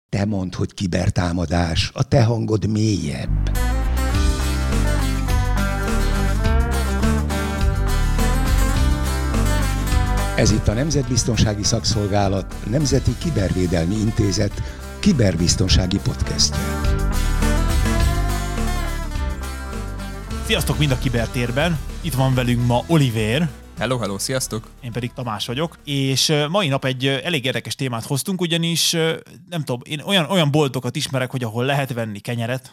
Te mondd, hogy kibertámadás, a te hangod mélyebb. Ez itt a Nemzetbiztonsági Szakszolgálat Nemzeti Kibervédelmi Intézet kiberbiztonsági podcastje. Sziasztok mind a kibertérben! Itt van velünk ma Olivér. Hello, sziasztok! Én pedig Tamás vagyok, és mai nap egy elég érdekes témát hoztunk, ugyanis nem tudom, én olyan boltokat ismerek, hogy ahol lehet venni kenyeret,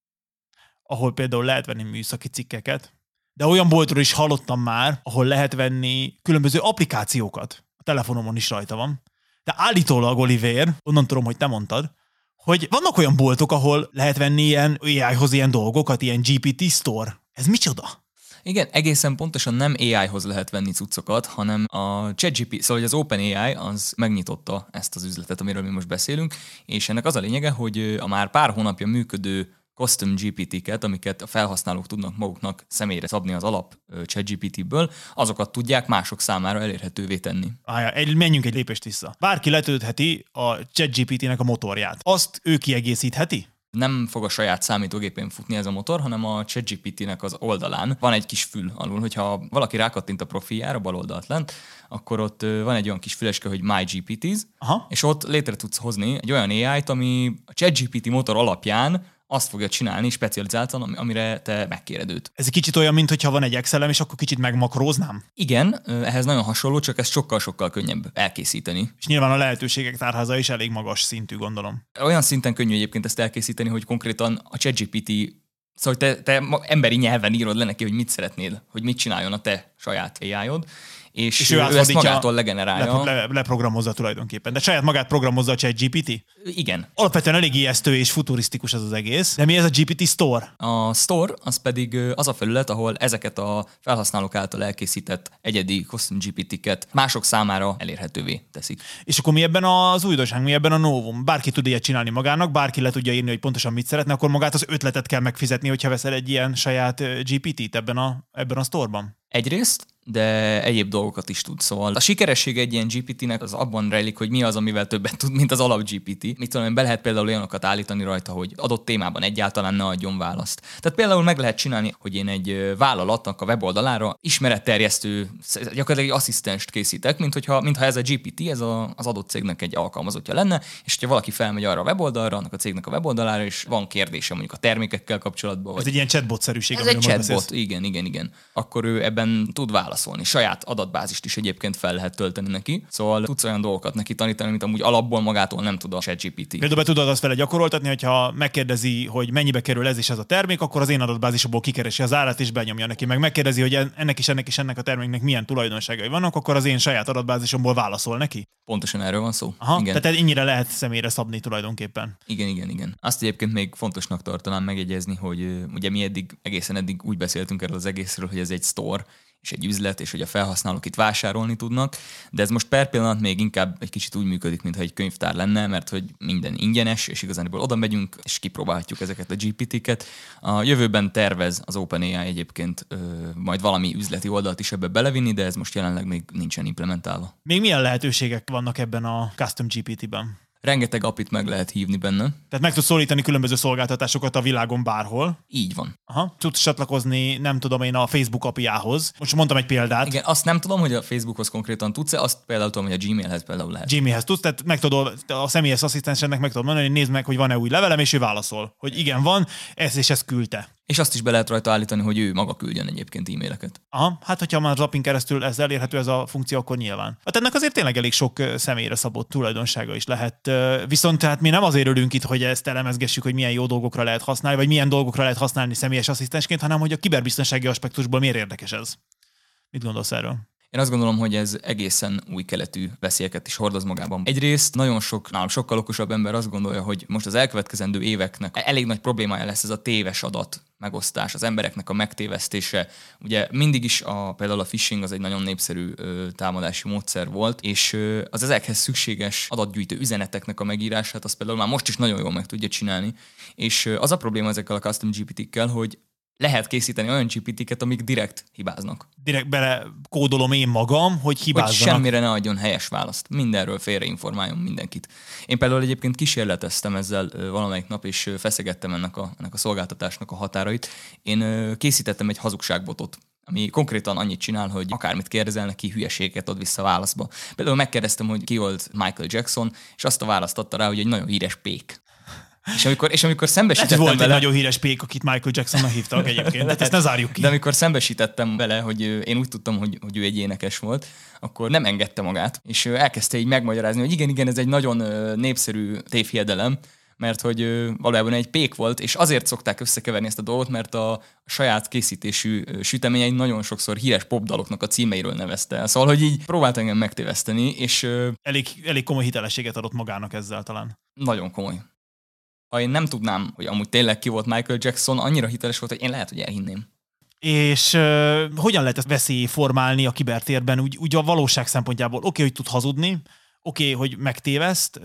ahol például lehet venni műszaki cikkeket, de olyan boltról is hallottam már, ahol lehet venni különböző applikációkat. A telefonomon is rajta van. De állítólag, Olivér, onnan tudom, hogy te mondtad, hogy vannak olyan boltok, ahol lehet venni ilyen AI-hoz ilyen dolgokat, ilyen GPT Store. Ez micsoda? Igen, egészen pontosan nem AI-hoz lehet venni cuccokat, hanem a ChatGPT, szóval az OpenAI az megnyitotta ezt az üzletet, amiről mi most beszélünk, és ennek az a lényege, hogy a már pár hónapja működő custom GPT-ket, amiket a felhasználók tudnak maguknak személyre szabni az alap ChatGPT-ből, azokat tudják mások számára elérhetővé tenni. Menjünk egy lépést vissza. Bárki letöltheti a ChatGPT-nek a motorját. Azt ő kiegészítheti? Nem fog a saját számítógépén futni ez a motor, hanem a ChatGPT-nek az oldalán van egy kis fül alul, hogyha valaki rákattint a profiljára bal oldalt lent, akkor ott van egy olyan kis füleske, hogy My GPTs, és ott létre tudsz hozni egy olyan AI-t, ami a ChatGPT motor alapján azt fogja csinálni specializáltan, amire te megkéred őt. Ez egy kicsit olyan, mintha van egy Excelem, és akkor kicsit megmakróznám? Igen, ehhez nagyon hasonló, csak ezt sokkal-sokkal könnyebb elkészíteni. És nyilván a lehetőségek tárháza is elég magas szintű, gondolom. Olyan szinten könnyű egyébként ezt elkészíteni, hogy konkrétan a ChatGPT, szóval te emberi nyelven írod le neki, hogy mit szeretnél, hogy mit csináljon a te saját AI-od, és ő ezt magától legenerálja. Leprogramozza tulajdonképpen. De saját magát programozza a ChatGPT? Igen. Alapvetően elég ijesztő és futurisztikus az egész. De mi ez a GPT Store? A Store az pedig az a felület, ahol ezeket a felhasználók által elkészített egyedi custom GPT-ket mások számára elérhetővé teszik. És akkor mi ebben az újdonság, mi ebben a novum? Bárki tud ilyet csinálni magának, bárki le tudja írni, hogy pontosan mit szeretne, akkor magát az ötletet kell megfizetni, hogyha veszel egy ilyen saját GPT-t ebben a Store-ban. Egyrészt, de egyéb dolgokat is tud. Szóval a sikeressége egy ilyen GPT-nek az abban rejlik, hogy mi az, amivel többet tud, mint az alap GPT. Mit tudom, be lehet például olyanokat állítani rajta, hogy adott témában egyáltalán ne adjon választ. Tehát például meg lehet csinálni, hogy én egy vállalatnak a weboldalára ismeretterjesztő, gyakorlatilag egy asszisztenst készítek, mintha ez a GPT, ez az adott cégnek egy alkalmazottja lenne, és hogyha valaki felmegy arra a weboldalra, annak a cégnek a weboldalára, és van kérdése mondjuk a termékekkel kapcsolatban. Ez egy ilyen chatbot-szerűség. Ez egy chatbot, igen. Akkor ő ebben tud válaszolni. Saját adatbázist is egyébként fel lehet tölteni neki, szóval tudsz olyan dolgokat neki tanítani, amit amúgy alapból magától nem tud a ChatGPT. Például be tudod azt vele gyakoroltatni, hogyha megkérdezi, hogy mennyibe kerül ez és ez a termék, akkor az én adatbázisomból kikeresi az árát és benyomja neki. Meg megkérdezi, hogy ennek és ennek a terméknek milyen tulajdonságai vannak, akkor az én saját adatbázisomból válaszol neki. Pontosan erről van szó. Aha, igen. Tehát ennyire lehet személyre szabni tulajdonképpen. Igen. Azt egyébként még fontosnak tartanám megjegyezni, hogy ugye mi egészen eddig úgy beszéltünk erről az egészről, hogy ez egy store, és egy üzlet, és hogy a felhasználók itt vásárolni tudnak, de ez most per pillanat még inkább egy kicsit úgy működik, mintha egy könyvtár lenne, mert hogy minden ingyenes, és igazából oda megyünk, és kipróbálhatjuk ezeket a GPT-ket. A jövőben tervez az OpenAI egyébként majd valami üzleti oldalt is ebbe belevinni, de ez most jelenleg még nincsen implementálva. Még milyen lehetőségek vannak ebben a Custom GPT-ben? Rengeteg API-t meg lehet hívni benne. Tehát meg tudsz szólítani különböző szolgáltatásokat a világon bárhol. Így van. Aha. Tudsz csatlakozni, nem tudom én, a Facebook API-hoz. Most mondtam egy példát. Igen, azt nem tudom, hogy a Facebookhoz konkrétan tudsz-e, azt például tudom, hogy a Gmailhez például lehet. Gmailhez tudsz, tehát meg tudod, a személyes asszisztensednek meg tudod mondani, hogy nézd meg, hogy van-e új levelem, és ő válaszol, hogy igen, van, ez és ez küldte. És azt is be lehet rajta állítani, hogy ő maga küldjön egyébként e-maileket. Aha, hát hogyha már az appin keresztül ez elérhető ez a funkció, akkor nyilván. Hát ennek azért tényleg elég sok személyre szabott tulajdonsága is lehet. Viszont tehát mi nem azért ülünk itt, hogy ezt elemezgessük, hogy milyen jó dolgokra lehet használni, vagy milyen dolgokra lehet használni személyes asszisztensként, hanem hogy a kiberbiztonsági aspektusból miért érdekes ez. Mit gondolsz erről? Én azt gondolom, hogy ez egészen új keletű veszélyeket is hordoz magában. Egyrészt nálam sokkal okosabb ember azt gondolja, hogy most az elkövetkezendő éveknek elég nagy problémája lesz ez a téves adat megosztás, az embereknek a megtévesztése. Ugye mindig is például a phishing az egy nagyon népszerű támadási módszer volt, és az ezekhez szükséges adatgyűjtő üzeneteknek a megírását az például már most is nagyon jól meg tudja csinálni. És az a probléma ezekkel a custom GPT-kkel, hogy lehet készíteni olyan GPT-ket, amik direkt hibáznak. Direkt bele kódolom én magam, hogy hibázzanak. Hogy semmire ne adjon helyes választ. Mindenről félreinformáljon mindenkit. Én például egyébként kísérleteztem ezzel valamelyik nap, és feszegettem ennek a szolgáltatásnak a határait. Én készítettem egy hazugságbotot, ami konkrétan annyit csinál, hogy akármit kérdezel, neki hülyeséget ad vissza válaszba. Például megkérdeztem, hogy ki volt Michael Jackson, és azt a választ adta rá, hogy egy nagyon híres pék. És amikor szembesítettem volt vele... egy nagyon híres pék, akit Michael Jacksonnak hívtak egyébként, de ezt ne zárjuk ki. De amikor szembesítettem vele, hogy én úgy tudtam, hogy ő egy énekes volt, akkor nem engedte magát, és elkezdte így megmagyarázni, hogy igen, ez egy nagyon népszerű tévhiedelem, mert hogy valójában egy pék volt, és azért szokták összekeverni ezt a dolgot, mert a saját készítésű süteményei nagyon sokszor híres popdaloknak a címeiről nevezte el. Szóval, hogy így próbált engem megtéveszteni, és... Elég komoly hitelességet adott magának ezzel talán. Nagyon komoly. Ha én nem tudnám, hogy amúgy tényleg ki volt Michael Jackson, annyira hiteles volt, hogy én lehet, hogy elhinném. És hogyan lehet ezt veszélyé formálni a kibertérben, úgy a valóság szempontjából? Oké, hogy tud hazudni, oké, hogy megtéveszt,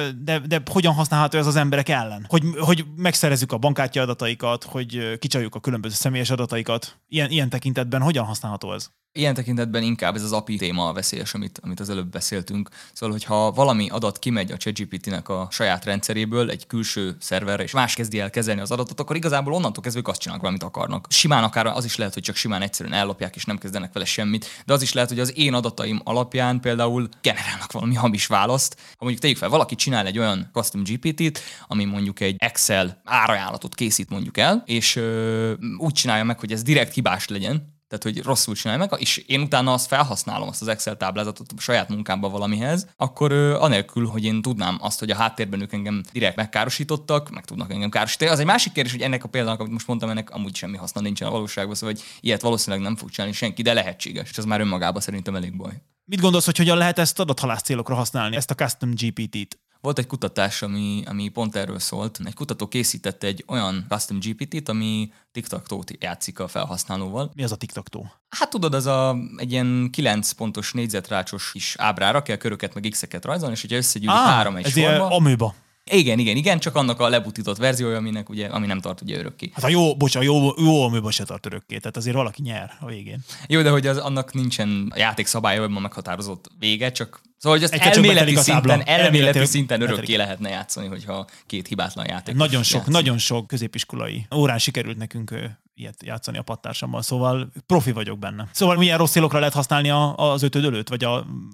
de hogyan használható ez az emberek ellen? Hogy megszerezzük a bankkártya adataikat, hogy kicsaljuk a különböző személyes adataikat. Ilyen tekintetben hogyan használható ez? Ilyen tekintetben inkább ez az API téma veszélyes, amit az előbb beszéltünk. Szóval, hogyha valami adat kimegy a ChatGPT-nek a saját rendszeréből egy külső szerverre, és más kezdi el kezelni az adatot, akkor igazából onnantól kezdve ők azt csinálnak, valamit akarnak. Simán akár az is lehet, hogy csak simán egyszerűen ellopják, és nem kezdenek vele semmit, de az is lehet, hogy az én adataim alapján például generálnak valami hamis választ. Ha mondjuk tegyük fel, valaki csinál egy olyan custom GPT-t, ami mondjuk egy Excel árajánlatot készít mondjuk el, és úgy csinálja meg, hogy ez direkt hibás legyen, tehát, hogy rosszul csinálja meg, és én utána azt felhasználom, azt az Excel táblázatot a saját munkámban valamihez, akkor anélkül, hogy én tudnám azt, hogy a háttérben ők engem direkt megkárosítottak, meg tudnak engem károsítani. Az egy másik kérdés, hogy ennek a példának, amit most mondtam, ennek amúgy semmi haszna nincsen a valóságban, szóval hogy ilyet valószínűleg nem fog csinálni senki, de lehetséges, és ez már önmagában szerintem elég baj. Mit gondolsz, hogy hogyan lehet ezt adathalász célokra használni, ezt a custom GPT-t? Volt egy kutatás, ami pont erről szólt. Egy kutató készítette egy olyan custom GPT-t, ami tic-tac-toe-t játszik a felhasználóval. Mi az a tic-tac-toe? Hát tudod, az egy ilyen 9 pontos négyzetrácsos kis ábrára kell köröket meg x-eket rajzolni, és hogyha összegyűjtik 3 egy sorba... Ez amőba. Igen, csak annak a lebutított verziója, ami nem tart ugye örökké. Hát jó amőba se tart örökké, tehát azért valaki nyer a végén. Jó, de hogy annak nincsen játékszabályában meghatározott vége, csak szóval, hogy ezt elméleti szinten örökké lehetne játszani, hogyha két hibátlan játékos Nagyon sok középiskolai órán sikerült nekünk ilyet játszani a pattársammal, szóval profi vagyok benne. Szóval milyen rossz célokra lehet használni az ötödölőt, vagy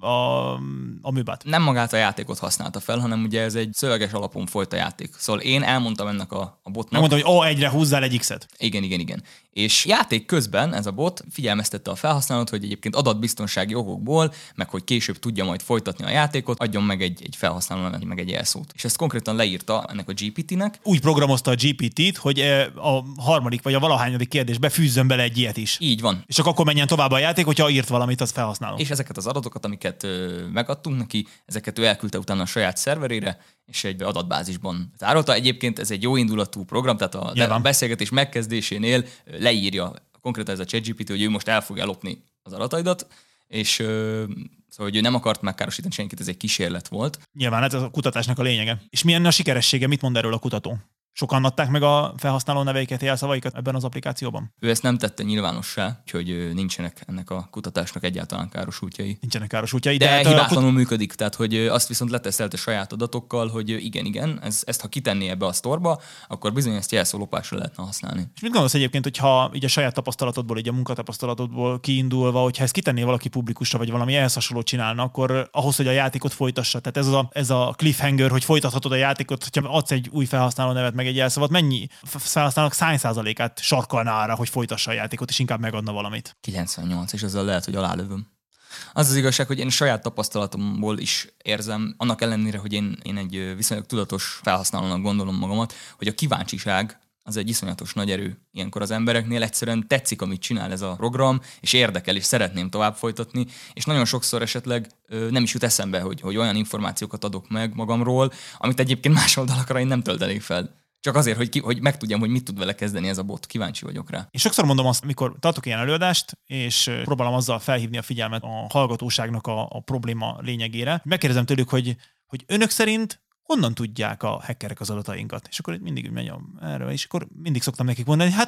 a műbát? Nem magát a játékot használta fel, hanem ugye ez egy szöveges alapon folyt a játék. Szóval én elmondtam ennek a botnak. Megmondtam, hogy A1-re húzzál egy X-et. Igen. És játék közben ez a bot figyelmeztette a felhasználót, hogy egyébként adatbiztonsági okokból, meg hogy később tudja majd folytatni a játékot, adjon meg egy felhasználónak meg egy jelszót. És ezt konkrétan leírta ennek a GPT-nek. Úgy programozta a GPT-t, hogy a harmadik vagy a valahányadik kérdésbe fűzzön bele egy ilyet is. Így van. És akkor menjen tovább a játék, hogyha írt valamit, az felhasználó. És ezeket az adatokat, amiket megadtunk neki, ezeket ő elküldte utána a saját szerverére, és egy adatbázisban tárolta. Egyébként ez egy jó indulatú program, tehát a beszélgetés megkezdésénél leírja konkrétan ez a ChatGPT, hogy ő most el fogja lopni az adataidat, és szóval, hogy ő nem akart megkárosítani senkit, ez egy kísérlet volt. Nyilván, hát ez a kutatásnak a lényege. És milyen a sikeressége, mit mond erről a kutató? Sokan adták meg a felhasználó neveiket, jelszavaikat ebben az applikációban? Ő ezt nem tette nyilvánossá, úgyhogy nincsenek ennek a kutatásnak egyáltalán károsultjai. Nincsenek károsultjai. De hibátlanul működik, tehát hogy azt viszont letesztelte saját adatokkal, hogy igen, ezt ha kitenné ebbe a sztorba, akkor bizony ezt jelszólopásra lehetne használni. És mit gondolsz egyébként, hogyha így a saját tapasztalatodból, így a munkatapasztalatodból kiindulva, hogyha ezt kitenné valaki publikusra, vagy valami ehhez hasonlót csinálna, akkor ahhoz, hogy a játékot folytassa, tehát ez a cliffhanger, hogy folytathatod a játékot, hogyha adsz egy új felhasználó nevet, meg egy jelszavat, mennyi felhasználók 100%-át sarkalná arra, hogy folytassa a játékot, és inkább megadna valamit? 98, és ezzel lehet, hogy alálövöm. Az igazság, hogy én saját tapasztalatomból is érzem, annak ellenére, hogy én egy viszonylag tudatos felhasználónak gondolom magamat, hogy a kíváncsiság az egy iszonyatos nagy erő ilyenkor az embereknél. Egyszerűen tetszik, amit csinál ez a program, és érdekel, és szeretném tovább folytatni, és nagyon sokszor esetleg nem is jut eszembe, hogy olyan információkat adok meg magamról, amit egyébként más oldalakra én nem töltenék fel. Csak azért, hogy megtudjam, hogy mit tud vele kezdeni ez a bot. Kíváncsi vagyok rá. És sokszor mondom azt, amikor tartok ilyen előadást, és próbálom azzal felhívni a figyelmet a hallgatóságnak a probléma lényegére. Megkérdezem tőlük, hogy önök szerint honnan tudják a hackerek az adatainkat? És akkor mindig megyem erről, és akkor mindig szoktam nekik mondani, hogy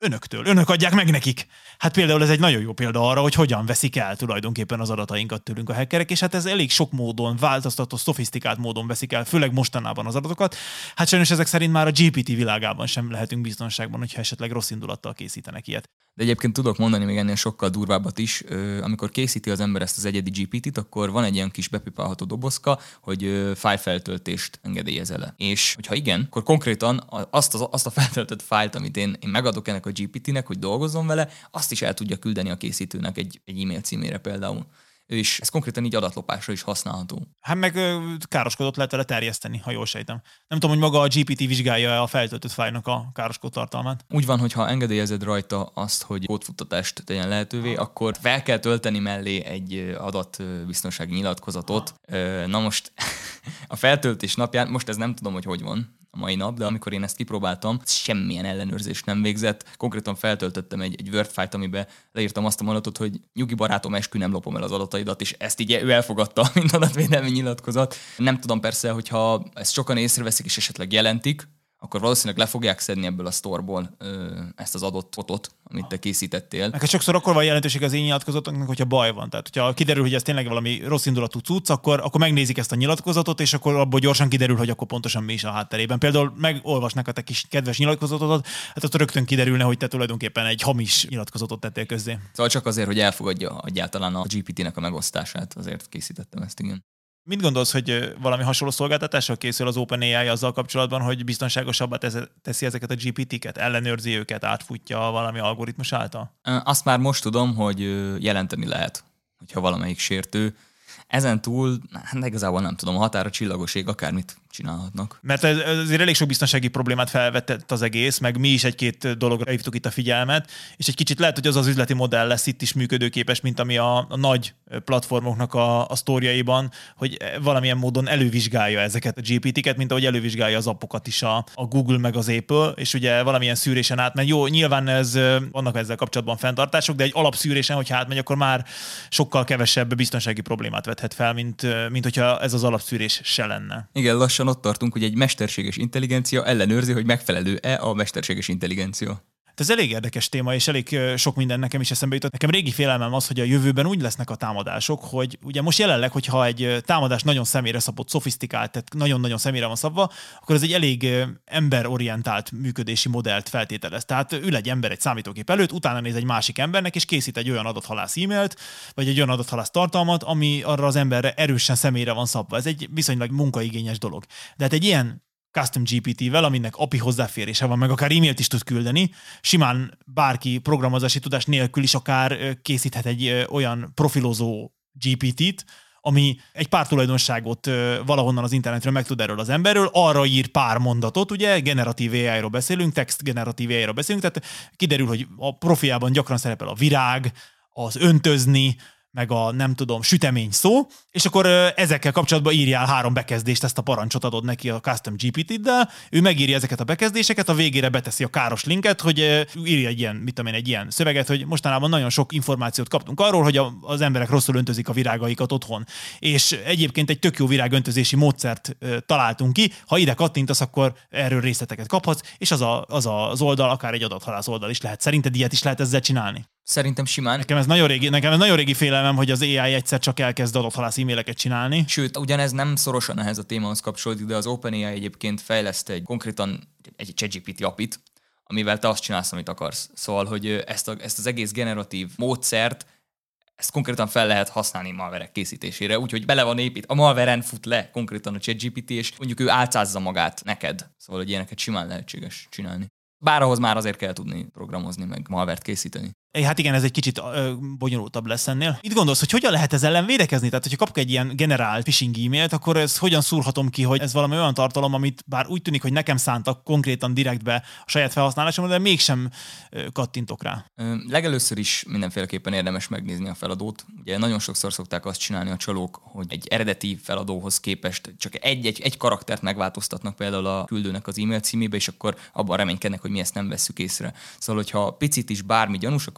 önöktől. Önök adják meg nekik. Hát például ez egy nagyon jó példa arra, hogy hogyan veszik el tulajdonképpen az adatainkat tőlünk a hackerek, és hát ez elég sok módon, változtató, szofisztikált módon veszik el, főleg mostanában az adatokat. Hát sajnos ezek szerint már a GPT világában sem lehetünk biztonságban, hogyha esetleg rossz indulattal készítenek ilyet. De egyébként tudok mondani még ennél sokkal durvábbat is. Amikor készíti az ember ezt az egyedi GPT-t, akkor van egy ilyen kis bepipálható dobozka, hogy fájlfeltöltést engedélyez-e. És hogyha igen, akkor konkrétan azt a feltöltött fájlt, amit én megadok ennek a GPT-nek, hogy dolgozzon vele, azt is el tudja küldeni a készítőnek egy e-mail címére például. És ez konkrétan így adatlopásra is használható. Hát meg károskodott lehet vele terjeszteni, ha jól sejtem. Nem tudom, hogy maga a GPT vizsgálja a feltöltött fájlnak a károskodott tartalmát. Úgy van, hogy ha engedélyezed rajta azt, hogy kódfuttatást tegyen lehetővé, akkor fel kell tölteni mellé egy adatbiztonsági nyilatkozatot. Na most a feltöltés napján, most ez nem tudom, hogy van a mai nap, de amikor én ezt kipróbáltam, semmilyen ellenőrzést nem végzett. Konkrétan feltöltöttem egy Word fájlt, amiben leírtam azt a mondatot, hogy nyugi barátom, eskü, nem lopom el az adataidat, és ezt így ő elfogadta, mint adatvédelmi nyilatkozat. Nem tudom persze, hogyha ezt sokan észreveszik és esetleg jelentik, akkor valószínűleg le fogják szedni ebből a sztorból ezt az adott fotót, amit te készítettél. Meg sokszor akkor van jelentőség az én nyilatkozatoknak, hogyha baj van. Tehát, hogyha kiderül, hogy ez tényleg valami rossz indulatú cucc, akkor megnézik ezt a nyilatkozatot, és akkor abból gyorsan kiderül, hogy akkor pontosan mi is a hátterében. Például megolvasnak a te kis kedves nyilatkozatodat, hát ott rögtön kiderülne, hogy te tulajdonképpen egy hamis nyilatkozatot tettél közzé. Szóval csak azért, hogy elfogadja egyáltalán a GPT-nek a megosztását, azért készítettem ezt, igen. Mit gondolsz, hogy valami hasonló szolgáltatással készül az OpenAI azzal kapcsolatban, hogy biztonságosabbá teszi ezeket a GPT-ket, ellenőrzi őket, átfutja valami algoritmus által? Azt már most tudom, hogy jelenteni lehet, hogyha valamelyik sértő. Ezen túl, igazából nem tudom, a határa csillagoség, akármit csinálhatnak. Mert ez azért elég sok biztonsági problémát felvetett az egész, meg mi is egy-két dologra hívtuk itt a figyelmet, és egy kicsit lehet, hogy az üzleti modell lesz itt is működőképes, mint ami a nagy platformoknak a sztoriaiban, hogy valamilyen módon elővizsgálja ezeket a GPT-ket, mint ahogy elővizsgálja az appokat is a Google meg az Apple, és ugye valamilyen szűrésen átmegy. Jó, nyilván vannak ezzel kapcsolatban fenntartások, de egy alapszűrésen, hogyha átmegy, akkor már sokkal kevesebb biztonsági problémát vethet fel, mint hogyha ez az alapszűrés se lenne. Igen, lassan ott tartunk, hogy egy mesterséges intelligencia ellenőrzi, hogy megfelelő-e a mesterséges intelligencia. Ez elég érdekes téma, és elég sok minden nekem is eszembe jutott. Nekem régi félelmem az, hogy a jövőben úgy lesznek a támadások, hogy ugye most jelenleg, hogyha egy támadás nagyon személyre szabott, szofisztikált, tehát nagyon-nagyon személyre van szabva, akkor ez egy elég emberorientált működési modellt feltételez. Tehát ül egy ember egy számítógép előtt, utána néz egy másik embernek, és készít egy olyan adathalász e-mailt, vagy egy olyan adathalász tartalmat, ami arra az emberre erősen személyre van szabva. Ez egy viszonylag munkaigényes dolog. De hát egy ilyen Custom GPT-vel, aminek API hozzáférése van, meg akár e-mailt is tud küldeni, simán bárki programozási tudás nélkül is akár készíthet egy olyan profilozó GPT-t, ami egy pár tulajdonságot valahonnan az internetről meg tud erről az emberről, arra ír pár mondatot, ugye, generatív AI-ról beszélünk, text generatív AI-ról beszélünk, tehát kiderül, hogy a profiában gyakran szerepel a virág, az öntözni, meg a nem tudom, sütemény szó, és akkor ezekkel kapcsolatban írjál 3 bekezdést, ezt a parancsot adod neki a Custom GPT-ddel, ő megírja ezeket a bekezdéseket, a végére beteszi a káros linket, hogy írja egy ilyen szöveget, hogy mostanában nagyon sok információt kaptunk arról, hogy az emberek rosszul öntözik a virágaikat otthon. És egyébként egy tök jó virágöntözési módszert találtunk ki, ha ide kattintasz, akkor erről részleteket kaphatsz, és az oldal akár egy adathalász oldal is lehet. Szerinted ilyet is lehet ezzel csinálni? Szerintem simán. Nekem ez nagyon régi félelmem, hogy az AI egyszer csak elkezd adathalász e-maileket csinálni. Sőt, ugyanez nem szorosan ehhez a témához kapcsolódik, de az OpenAI egyébként fejleszt konkrétan egy ChatGPT API-t, amivel te azt csinálsz, amit akarsz. Szóval, hogy ezt az egész generatív módszert, ezt konkrétan fel lehet használni malverek készítésére, úgyhogy bele van épít. A malveren fut le konkrétan a ChatGPT, és mondjuk ő álcázza magát neked. Szóval, hogy ilyeneket simán lehetséges csinálni. Bár ahhoz már azért kell tudni programozni, meg malvert készíteni. Hát igen, ez egy kicsit bonyolultabb lesz ennél. Mit gondolsz, hogy hogyan lehet ez ellen védekezni? Tehát, hogyha kapok egy ilyen generált phishing e-mailt, akkor ezt hogyan szúrhatom ki, hogy ez valami olyan tartalom, amit bár úgy tűnik, hogy nekem szántak konkrétan direktbe a saját felhasználásomra, de mégsem kattintok rá. Legelőször is mindenféleképpen érdemes megnézni a feladót. Ugye nagyon sokszor szokták azt csinálni a csalók, hogy egy eredeti feladóhoz képest csak egy karaktert megváltoztatnak például a küldőnek az e-mail címébe, és akkor abban reménykednek, hogy mi ezt nem vesszük észre. Szóval, hogyha picit is bármi gyanús, akkor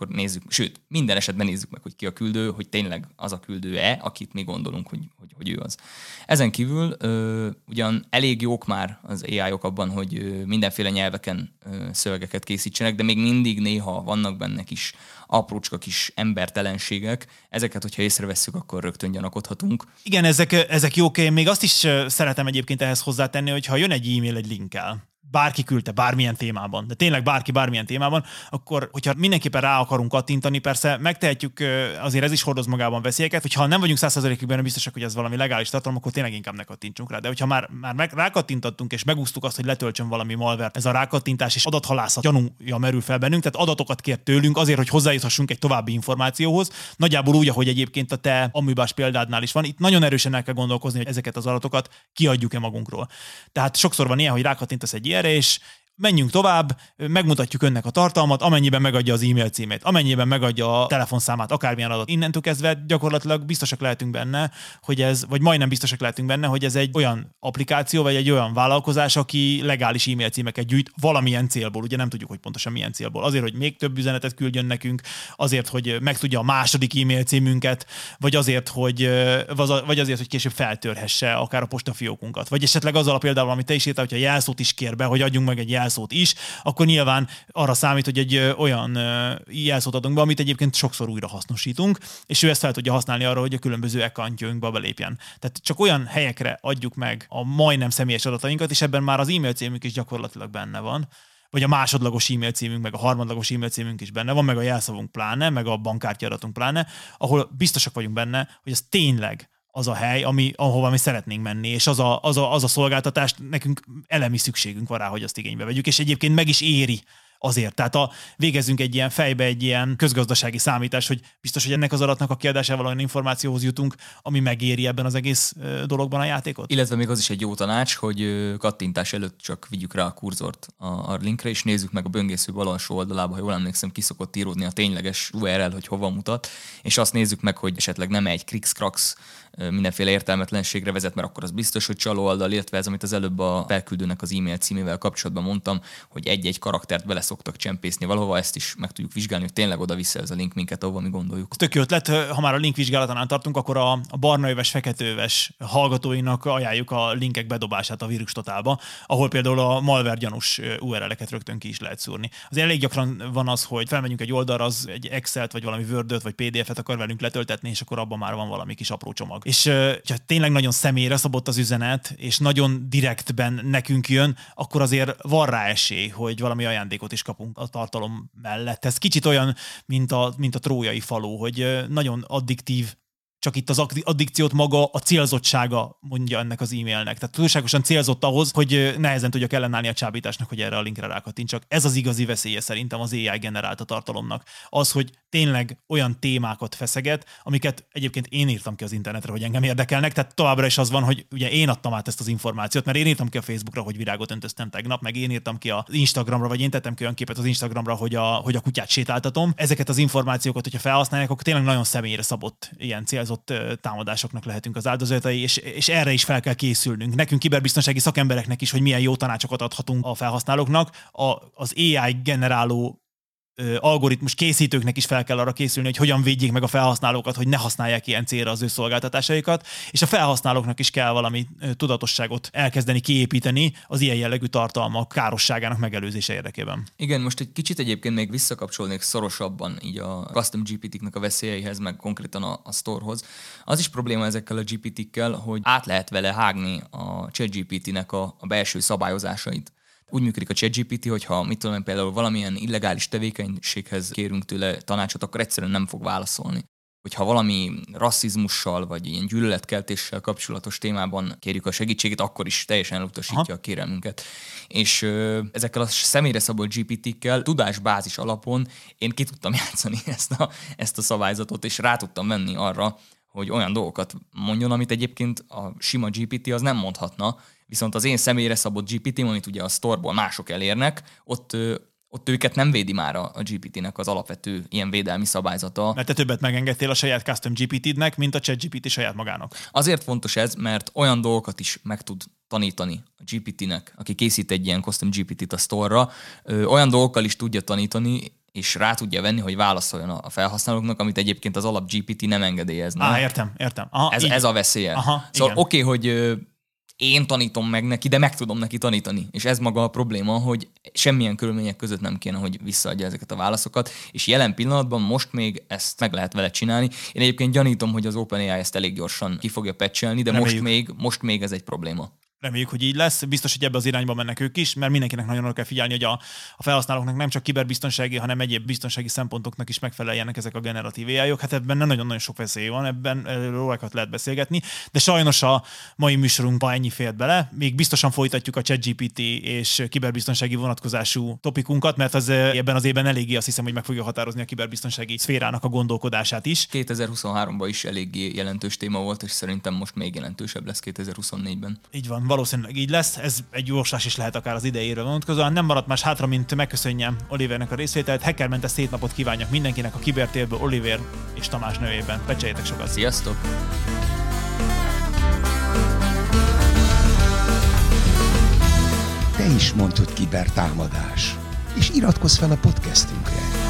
akkor nézzük, sőt, minden esetben nézzük meg, hogy ki a küldő, hogy tényleg az a küldő-e, akit mi gondolunk, hogy ő az. Ezen kívül ugyan elég jók már az AI-ok abban, hogy mindenféle nyelveken szövegeket készítsenek, de még mindig néha vannak benne kis aprócska kis embertelenségek. Ezeket, hogyha észrevesszük, akkor rögtön gyanakodhatunk. Igen, ezek jók. Én még azt is szeretem egyébként ehhez hozzátenni, hogy ha jön egy e-mail egy linkkel, bárki küldte bármilyen témában, de tényleg bárki bármilyen témában, akkor, hogyha mindenképpen rá akarunk kattintani, persze megtehetjük, azért ez is hordoz magában veszélyeket, hogyha nem vagyunk 100%-ig benne biztosak, hogy ez valami legális tartalom, akkor tényleg inkább ne kattintsunk rá. De hogyha már rákattintottunk és megúsztuk azt, hogy letöltsön valami malware, ez a rákattintás és adathalászat gyanúja merül fel bennünk, tehát adatokat kér tőlünk azért, hogy hozzájuthassunk egy további információhoz. Nagyjából úgy, ahogy egyébként a te amibás példádnál is van. Itt nagyon erősen el kell gondolkozni, hogy ezeket az adatokat kiadjuk-e magunkról. Tehát sokszor van ilyen, hogy rákattintasz egy ilyenre, és menjünk tovább, megmutatjuk önnek a tartalmat, amennyiben megadja az e-mail címét, amennyiben megadja a telefonszámát, akármilyen adat. Innentől kezdve gyakorlatilag biztosak lehetünk benne, hogy ez, vagy majdnem biztosak lehetünk benne, hogy ez egy olyan applikáció, vagy egy olyan vállalkozás, aki legális e-mail címeket gyűjt valamilyen célból. Ugye nem tudjuk, hogy pontosan milyen célból. Azért, hogy még több üzenetet küldjön nekünk, azért, hogy megtudja a második e-mail címünket, vagy azért, hogy később feltörhesse akár a postafiókunkat. Vagy esetleg azzal a példával, amit te is írtál, hogyha jelszót is kér be, hogy adjunk meg egy jelszót is, akkor nyilván arra számít, hogy egy olyan jelszót adunk be, amit egyébként sokszor újra hasznosítunk, és ő ezt fel tudja használni arra, hogy a különböző accountjainkba belépjen. Tehát csak olyan helyekre adjuk meg a majdnem személyes adatainkat, és ebben már az e-mail címünk is gyakorlatilag benne van, vagy a másodlagos e-mail címünk, meg a harmadlagos e-mail címünk is benne van, meg a jelszavunk pláne, meg a bankkártya adatunk pláne, ahol biztosak vagyunk benne, hogy ez tényleg az a hely, ahova mi szeretnénk menni, és az a szolgáltatás, nekünk elemi szükségünk van rá, hogy azt igénybe vegyük, és egyébként meg is éri azért. Tehát végezzünk egy ilyen fejbe egy ilyen közgazdasági számítás, hogy biztos, hogy ennek az adatnak a kiadásával olyan információhoz jutunk, ami megéri ebben az egész dologban a játékot. Illetve még az is egy jó tanács, hogy kattintás előtt csak vigyük rá a kurzort a linkre, és nézzük meg a böngésző bal alsó oldalába, ha jól emlékszem, ki szokott íródni a tényleges URL, hogy hova mutat, és azt nézzük meg, hogy esetleg nem egy krix-krax mindenféle értelmetlenségre vezet, mert akkor az biztos, hogy csaló oldal, illetve ez, amit az előbb a felküldőnek az e-mail címével kapcsolatban mondtam, hogy egy-egy karaktert bele szoktak csempészni valahova, ezt is meg tudjuk vizsgálni, hogy tényleg oda-vissza ez a link minket, ahova mi gondoljuk. Tök jó ötlet, ha már a link vizsgálatánál tartunk, akkor a barnaöves, feketeöves hallgatóinak ajánljuk a linkek bedobását a vírustotálba, ahol például a malware gyanús URL-eket rögtön ki is lehet szúrni. Az elég gyakran van az, hogy felmegyünk egy oldalra, az egy Excel-t, vagy valami Word-öt, vagy PDF-et akar velünk letöltetni, és akkor abban már van valami kis apró csomag. És ha tényleg nagyon személyre szabott az üzenet, és nagyon direktben nekünk jön, akkor azért van rá esély, hogy valami ajándékot is kapunk a tartalom mellett. Ez kicsit olyan, mint a trójai falu, hogy nagyon addiktív, csak itt az addikciót maga a célzottsága mondja ennek az e-mailnek. Tehát túlságosan célzott ahhoz, hogy nehezen tudjak ellenállni a csábításnak, hogy erre a linkre rákattintsak. Ez az igazi veszélye szerintem az AI generálta tartalomnak. Az, hogy tényleg olyan témákat feszeget, amiket egyébként én írtam ki az internetre, hogy engem érdekelnek. Tehát továbbra is az van, hogy ugye én adtam át ezt az információt, mert én írtam ki a Facebookra, hogy virágot öntöztem tegnap, meg én írtam ki az Instagramra, vagy én tettem ki olyan képet az Instagramra, hogy a kutyát sétáltatom. Ezeket az információkat, hogyha felhasználják, akkor tényleg nagyon személyre szabott ilyen célzott támadásoknak lehetünk az áldozatai, és erre is fel kell készülnünk. Nekünk kiberbiztonsági szakembereknek is, hogy milyen jó tanácsokat adhatunk a felhasználóknak. Az AI generáló algoritmus készítőknek is fel kell arra készülni, hogy hogyan védjék meg a felhasználókat, hogy ne használják ilyen célra az ő szolgáltatásaikat, és a felhasználóknak is kell valami tudatosságot elkezdeni kiépíteni az ilyen jellegű tartalmak károsságának megelőzése érdekében. Igen, most egy kicsit egyébként még visszakapcsolnék szorosabban így a custom GPT-knek a veszélyeihez, meg konkrétan a storehoz. Az is probléma ezekkel a GPT-kkel, hogy át lehet vele hágni a ChatGPT-nek a belső szabályozásait. Úgy működik a ChatGPT, hogyha mit tudom én, például valamilyen illegális tevékenységhez kérünk tőle tanácsot, akkor egyszerűen nem fog válaszolni. Hogyha valami rasszizmussal vagy ilyen gyűlöletkeltéssel kapcsolatos témában kérjük a segítségét, akkor is teljesen elutasítja a kérelmünket. És ezekkel a személyre szabott GPT-kkel tudásbázis alapon én ki tudtam játszani ezt a szabályzatot, és rá tudtam venni arra, hogy olyan dolgokat mondjon, amit egyébként a sima GPT az nem mondhatna, viszont az én személyre szabott GPT-m, amit ugye a store-ból mások elérnek, ott őket nem védi már a GPT-nek az alapvető ilyen védelmi szabályzata. Mert te többet megengedtél a saját custom GPT-nek, mint a ChatGPT saját magának. Azért fontos ez, mert olyan dolgokat is meg tud tanítani a GPT-nek, aki készít egy ilyen custom GPT-t a store-ra, olyan dolgokkal is tudja tanítani, és rá tudja venni, hogy válaszoljon a felhasználóknak, amit egyébként az alap GPT nem engedélyezne. Értem. Aha, ez a veszélye. Szóval oké, hogy én tanítom meg neki, de meg tudom neki tanítani. És ez maga a probléma, hogy semmilyen körülmények között nem kéne, hogy visszaadja ezeket a válaszokat, és jelen pillanatban most még ezt meg lehet vele csinálni. Én egyébként gyanítom, hogy az OpenAI ezt elég gyorsan ki fogja patchelni, de most még ez egy probléma. Reméljük, hogy így lesz. Biztos, hogy ebbe az irányba mennek ők is, mert mindenkinek nagyon oda kell figyelni, hogy a felhasználóknak nem csak kiberbiztonsági, hanem egyéb biztonsági szempontoknak is megfeleljenek ezek a generatív AI-ok. Hát ebben nagyon-nagyon sok veszély van, ebben rólakat lehet beszélgetni, de sajnos a mai műsorunkban ennyi fért bele. Még biztosan folytatjuk a ChatGPT és kiberbiztonsági vonatkozású topikunkat, mert az ebben az évben eléggé azt hiszem, hogy meg fogja határozni a kiberbiztonsági szférának a gondolkodását is. 2023-ban is eléggé jelentős téma volt, és szerintem most még jelentősebb lesz 2024-ben. Így van. Valószínűleg így lesz, ez egy jóslás is lehet akár az idejére vonatkozóan. Nem maradt más hátra, mint megköszönjem Olivernek a részvételt. Hackermentes szép napot kívánjak mindenkinek a Kibertérből Oliver és Tamás nevében. Pecseljetek sokat! Sziasztok! Te is mondtad kibertámadás, és iratkozz fel a podcastünkre.